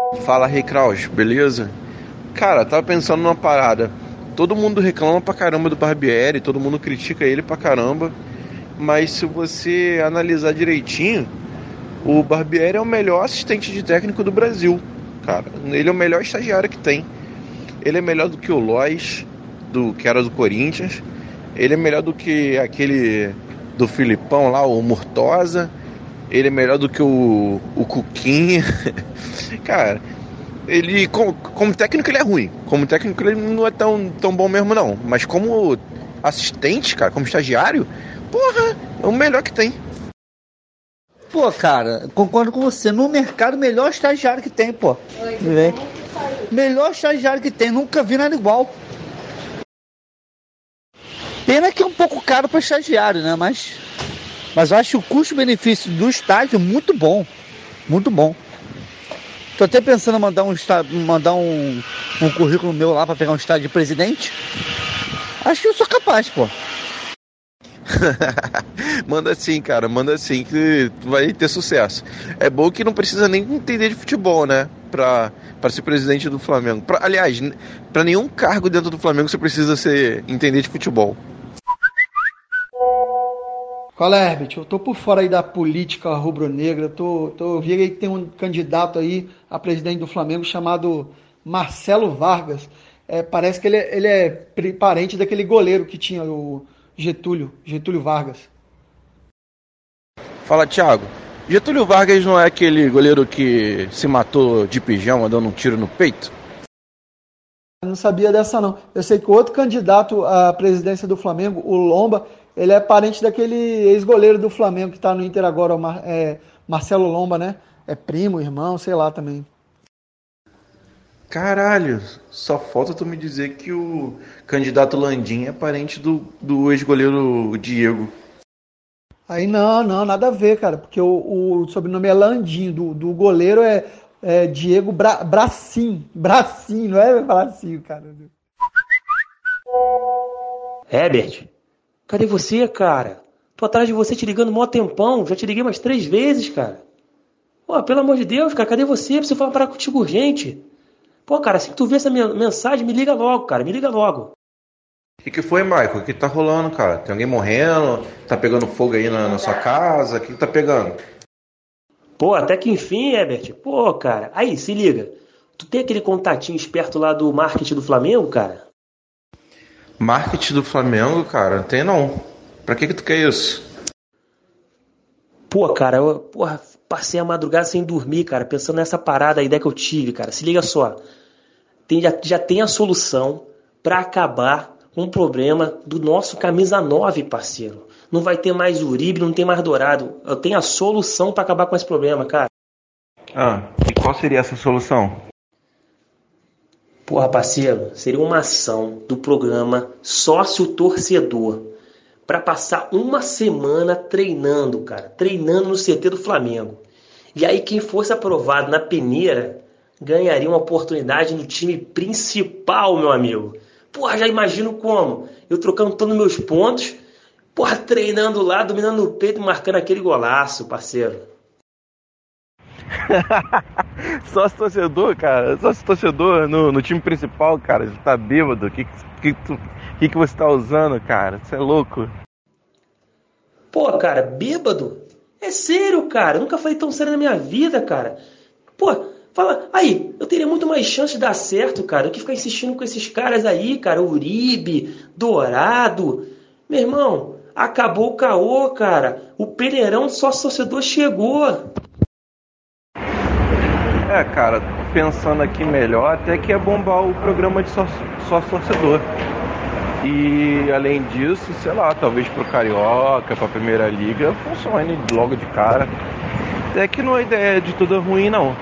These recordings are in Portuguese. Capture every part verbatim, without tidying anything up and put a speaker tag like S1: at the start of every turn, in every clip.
S1: Fala, Rei Kraus, beleza? Cara, tava pensando numa parada. Todo mundo reclama pra caramba do Barbieri, todo mundo critica ele pra caramba. Mas se você analisar direitinho, o Barbieri é o melhor assistente de técnico do Brasil, cara. Ele é o melhor estagiário que tem. Ele é melhor do que o Lois, do, que era do Corinthians. Ele é melhor do que aquele do Filipão lá, o Murtosa. Ele é melhor do que o, o Cuquinha. Cara, ele como, como técnico ele é ruim. Como técnico ele não é tão, tão bom mesmo não. Mas como assistente, cara, como estagiário, porra, é o melhor que tem.
S2: Pô, cara, concordo com você. No mercado, melhor estagiário que tem, pô. Oi, melhor estagiário que tem. Nunca vi nada igual. Pena que é um pouco caro para estagiário, né? Mas, mas eu acho o custo-benefício do estágio muito bom. Muito bom. Tô até pensando em mandar um, mandar um, um currículo meu lá para pegar um estágio de presidente. Acho que eu sou capaz, pô.
S1: Manda sim, cara, manda sim que tu vai ter sucesso. É bom que não precisa nem entender de futebol, né? Pra, pra ser presidente do Flamengo. Pra, aliás, pra nenhum cargo dentro do Flamengo você precisa ser, entender de futebol.
S3: Qual é, Herbert? Eu tô por fora aí da política rubro-negra. Tô, tô, eu vi aí que tem um candidato aí a presidente do Flamengo chamado Marcelo Vargas. É, parece que ele é, ele é parente daquele goleiro que tinha o Getúlio, Getúlio Vargas.
S1: Fala, Thiago. Getúlio Vargas não é aquele goleiro que se matou de pijama dando um tiro no peito?
S3: Eu não sabia dessa não. Eu sei que o outro candidato à presidência do Flamengo, o Lomba, ele é parente daquele ex-goleiro do Flamengo que está no Inter agora, o Mar, é, Marcelo Lomba, né? É primo, irmão, sei lá também.
S1: Caralho, só falta tu me dizer que o candidato Landim é parente do, do ex-goleiro Diego.
S3: Aí não, não, nada a ver, cara, porque o, o sobrenome é Landim, do, do goleiro é, é Diego Bra, Bracim, Bracim, não é Bracim, cara.
S4: Herbert, cadê você, cara? Tô atrás de você te ligando mó tempão, já te liguei umas três vezes, cara. Pô, pelo amor de Deus, cara, cadê você? Preciso falar parar contigo urgente. Pô, cara, assim que tu vê essa minha mensagem, me liga logo, cara, me liga logo.
S1: O que, que foi, Michael? O que tá rolando, cara? Tem alguém morrendo? Tá pegando fogo aí na, na sua casa? O que, que tá pegando?
S4: Pô, até que enfim, Herbert. Pô, cara, aí, se liga. Tu tem aquele contatinho esperto lá do marketing do Flamengo, cara?
S1: Marketing do Flamengo, cara? Não tem não. Pra que que tu quer isso?
S4: Pô, cara, eu porra, passei a madrugada sem dormir, cara, pensando nessa parada, a ideia que eu tive, cara. Se liga só. Tem, já, já tem a solução pra acabar com o problema do nosso camisa nove, parceiro. Não vai ter mais Uribe, não tem mais Dourado. Eu tenho a solução pra acabar com esse problema, cara.
S1: Ah, e qual seria essa solução?
S4: Porra, parceiro, seria uma ação do programa Sócio Torcedor para passar uma semana treinando, cara, treinando no C T do Flamengo. E aí quem fosse aprovado na peneira ganharia uma oportunidade no time principal, meu amigo. Porra, já imagino como. Eu trocando todos os meus pontos, porra, treinando lá, dominando o peito e marcando aquele golaço, parceiro.
S1: Sócio torcedor, cara. Sócio torcedor no, no time principal, cara. Você tá bêbado. O que que, que, que que você tá usando, cara? Você é louco.
S4: Pô, cara, bêbado? É sério, cara. Eu nunca falei tão sério na minha vida, cara. Pô, fala. Aí, eu teria muito mais chance de dar certo, cara, do que ficar insistindo com esses caras aí, cara. Uribe, Dourado. Meu irmão, acabou o caô, cara. O Peneirão sócio torcedor chegou.
S1: É, cara, pensando aqui melhor, até que é bombar o programa de sócio, sócio torcedor. E além disso, sei lá, talvez pro Carioca, pra Primeira Liga, funcione logo de cara. Até que não é ideia de tudo ruim, não.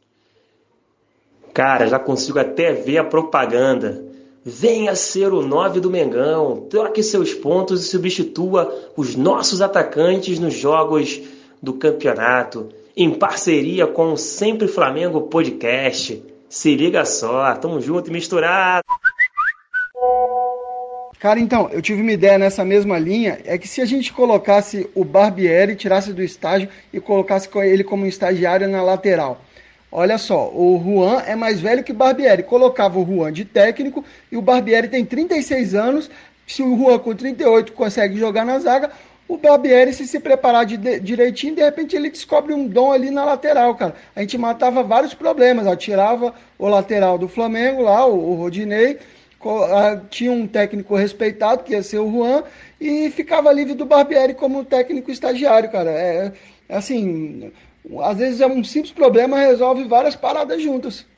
S4: Cara, já consigo até ver a propaganda. Venha ser o nove do Mengão, troque seus pontos e substitua os nossos atacantes nos jogos do campeonato. Em parceria com o Sempre Flamengo Podcast. Se liga só, tamo junto e misturado.
S3: Cara, então, eu tive uma ideia nessa mesma linha, é que se a gente colocasse o Barbieri, tirasse do estágio e colocasse ele como estagiário na lateral, Olha só, o Juan é mais velho que o Barbieri. Colocava o Juan de técnico e o Barbieri tem trinta e seis anos. Se o Juan com trinta e oito consegue jogar na zaga, o Barbieri, se se preparar de, de, direitinho, de repente ele descobre um dom ali na lateral, cara. A gente matava vários problemas. Ó, tirava o lateral do Flamengo lá, o, o Rodinei, tinha um técnico respeitado, que ia ser o Juan, e ficava livre do Barbieri como técnico estagiário, cara. É, é assim, às vezes é um simples problema, resolve várias paradas juntas.